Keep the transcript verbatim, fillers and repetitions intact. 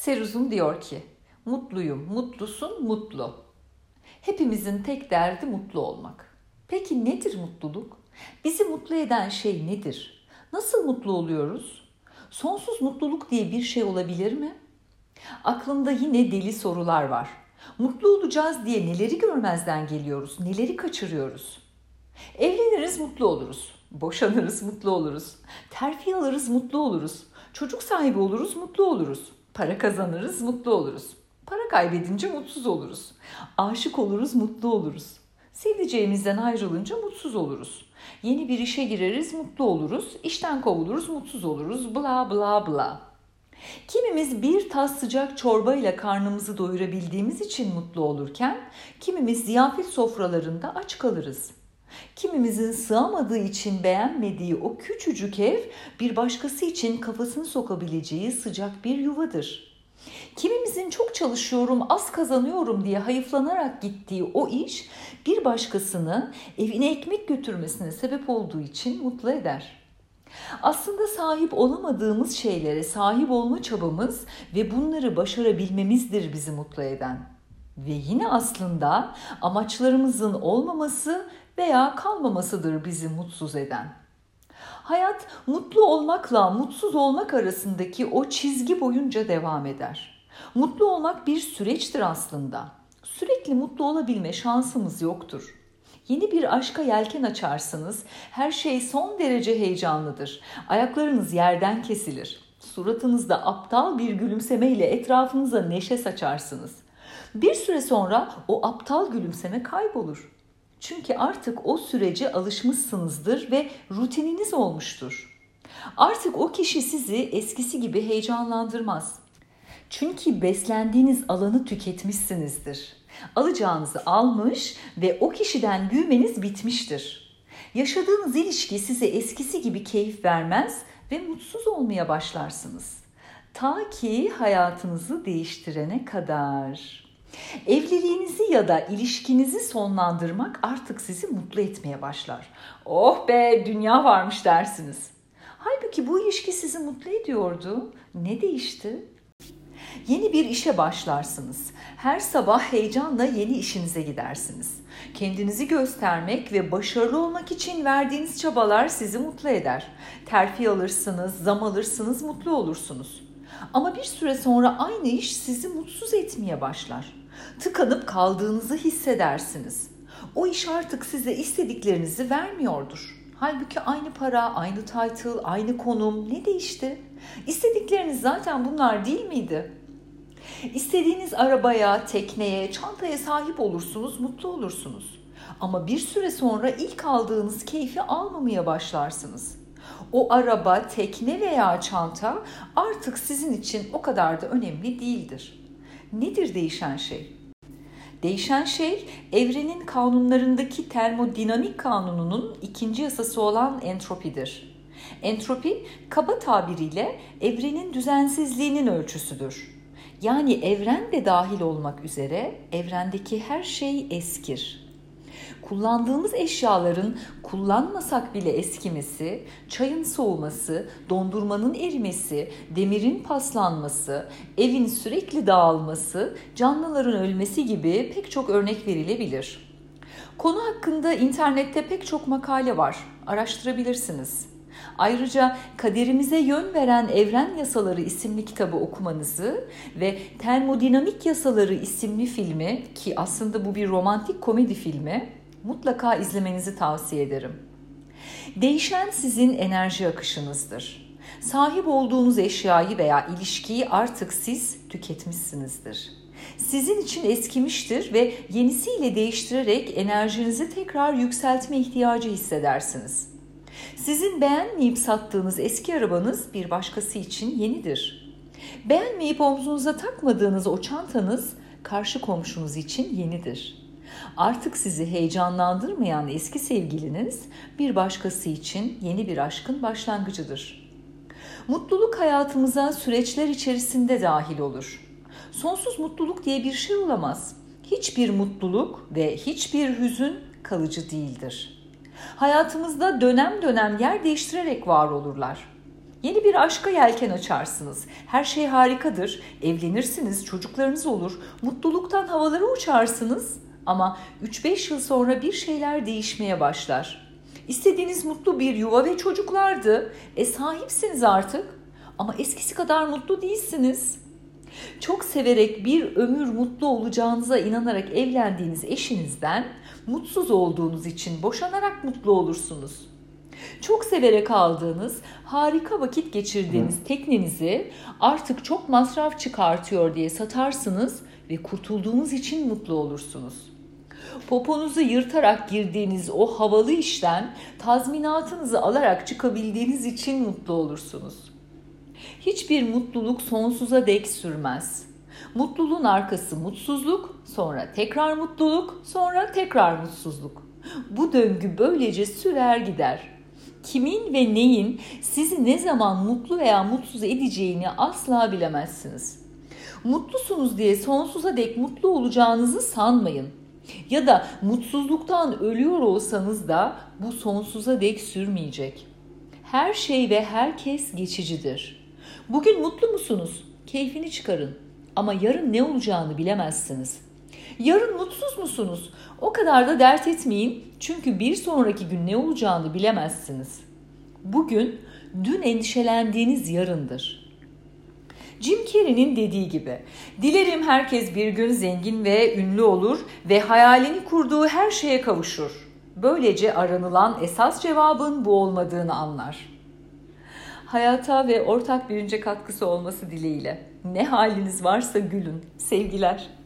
Seruzum diyor ki, mutluyum, mutlusun, mutlu. Hepimizin tek derdi mutlu olmak. Peki nedir mutluluk? Bizi mutlu eden şey nedir? Nasıl mutlu oluyoruz? Sonsuz mutluluk diye bir şey olabilir mi? Aklımda yine deli sorular var. Mutlu olacağız diye neleri görmezden geliyoruz, neleri kaçırıyoruz? Evleniriz, mutlu oluruz. Boşanırız, mutlu oluruz. Terfi alırız, mutlu oluruz. Çocuk sahibi oluruz, mutlu oluruz. Para kazanırız, mutlu oluruz. Para kaybedince mutsuz oluruz. Aşık oluruz, mutlu oluruz. Sevdiceğimizden ayrılınca mutsuz oluruz. Yeni bir işe gireriz, mutlu oluruz. İşten kovuluruz, mutsuz oluruz. Bla bla bla. Kimimiz bir tas sıcak çorbayla karnımızı doyurabildiğimiz için mutlu olurken, kimimiz ziyafet sofralarında aç kalırız. Kimimizin sığamadığı için beğenmediği o küçücük ev bir başkası için kafasını sokabileceği sıcak bir yuvadır. Kimimizin çok çalışıyorum, az kazanıyorum diye hayıflanarak gittiği o iş bir başkasını evine ekmek götürmesine sebep olduğu için mutlu eder. Aslında sahip olamadığımız şeylere sahip olma çabamız ve bunları başarabilmemizdir bizi mutlu eden. Ve yine aslında amaçlarımızın olmaması veya kalmamasıdır bizi mutsuz eden. Hayat mutlu olmakla mutsuz olmak arasındaki o çizgi boyunca devam eder. Mutlu olmak bir süreçtir aslında. Sürekli mutlu olabilme şansımız yoktur. Yeni bir aşka yelken açarsınız, her şey son derece heyecanlıdır. Ayaklarınız yerden kesilir. Suratınızda aptal bir gülümsemeyle etrafınıza neşe saçarsınız. Bir süre sonra o aptal gülümseme kaybolur. Çünkü artık o sürece alışmışsınızdır ve rutininiz olmuştur. Artık o kişi sizi eskisi gibi heyecanlandırmaz. Çünkü beslendiğiniz alanı tüketmişsinizdir. Alacağınızı almış ve o kişiden büyümeniz bitmiştir. Yaşadığınız ilişki size eskisi gibi keyif vermez ve mutsuz olmaya başlarsınız. Ta ki hayatınızı değiştirene kadar. Evliliğinizi ya da ilişkinizi sonlandırmak artık sizi mutlu etmeye başlar. Oh be, dünya varmış dersiniz. Halbuki bu ilişki sizi mutlu ediyordu. Ne değişti? Yeni bir işe başlarsınız. Her sabah heyecanla yeni işinize gidersiniz. Kendinizi göstermek ve başarılı olmak için verdiğiniz çabalar sizi mutlu eder. Terfi alırsınız, zam alırsınız, mutlu olursunuz. Ama bir süre sonra aynı iş sizi mutsuz etmeye başlar. Tıkanıp kaldığınızı hissedersiniz. O iş artık size istediklerinizi vermiyordur. Halbuki aynı para, aynı title, aynı konum, ne değişti? İstedikleriniz zaten bunlar değil miydi? İstediğiniz arabaya, tekneye, çantaya sahip olursunuz, mutlu olursunuz. Ama bir süre sonra ilk aldığınız keyfi almamaya başlarsınız. O araba, tekne veya çanta artık sizin için o kadar da önemli değildir. Nedir değişen şey? Değişen şey, evrenin kanunlarındaki termodinamik kanununun ikinci yasası olan entropidir. Entropi, kaba tabiriyle evrenin düzensizliğinin ölçüsüdür. Yani evren de dahil olmak üzere evrendeki her şey eskir. Kullandığımız eşyaların kullanmasak bile eskimesi, çayın soğuması, dondurmanın erimesi, demirin paslanması, evin sürekli dağılması, canlıların ölmesi gibi pek çok örnek verilebilir. Konu hakkında internette pek çok makale var, araştırabilirsiniz. Ayrıca Kaderimize Yön Veren Evren Yasaları isimli kitabı okumanızı ve Termodinamik Yasaları isimli filmi, ki aslında bu bir romantik komedi filmi, mutlaka izlemenizi tavsiye ederim. Değişen sizin enerji akışınızdır. Sahip olduğunuz eşyayı veya ilişkiyi artık siz tüketmişsinizdir. Sizin için eskimiştir ve yenisiyle değiştirerek enerjinizi tekrar yükseltme ihtiyacı hissedersiniz. Sizin beğenmeyip sattığınız eski arabanız bir başkası için yenidir. Beğenmeyip omzunuza takmadığınız o çantanız karşı komşunuz için yenidir. Artık sizi heyecanlandırmayan eski sevgiliniz bir başkası için yeni bir aşkın başlangıcıdır. Mutluluk hayatımıza süreçler içerisinde dahil olur. Sonsuz mutluluk diye bir şey olamaz. Hiçbir mutluluk ve hiçbir hüzün kalıcı değildir. Hayatımızda dönem dönem yer değiştirerek var olurlar. Yeni bir aşka yelken açarsınız. Her şey harikadır. Evlenirsiniz, çocuklarınız olur. Mutluluktan havalara uçarsınız. Ama üç beş yıl sonra bir şeyler değişmeye başlar. İstediğiniz mutlu bir yuva ve çocuklardı. E sahipsiniz artık. Ama eskisi kadar mutlu değilsiniz. Çok severek bir ömür mutlu olacağınıza inanarak evlendiğiniz eşinizden mutsuz olduğunuz için boşanarak mutlu olursunuz. Çok severek aldığınız, harika vakit geçirdiğiniz teknenizi artık çok masraf çıkartıyor diye satarsınız ve kurtulduğunuz için mutlu olursunuz. Poponuzu yırtarak girdiğiniz o havalı işten tazminatınızı alarak çıkabildiğiniz için mutlu olursunuz. Hiçbir mutluluk sonsuza dek sürmez. Mutluluğun arkası mutsuzluk, sonra tekrar mutluluk, sonra tekrar mutsuzluk. Bu döngü böylece sürer gider. Kimin ve neyin sizi ne zaman mutlu veya mutsuz edeceğini asla bilemezsiniz. Mutlusunuz diye sonsuza dek mutlu olacağınızı sanmayın. Ya da mutsuzluktan ölüyor olsanız da bu sonsuza dek sürmeyecek. Her şey ve herkes geçicidir. Bugün mutlu musunuz? Keyfini çıkarın. Ama yarın ne olacağını bilemezsiniz. Yarın mutsuz musunuz? O kadar da dert etmeyin. Çünkü bir sonraki gün ne olacağını bilemezsiniz. Bugün dün endişelendiğiniz yarındır. Jim Carrey'nin dediği gibi, dilerim herkes bir gün zengin ve ünlü olur ve hayalini kurduğu her şeye kavuşur. Böylece aranılan esas cevabın bu olmadığını anlar. Hayata ve ortak bilince katkısı olması dileğiyle. Ne haliniz varsa gülün. Sevgiler.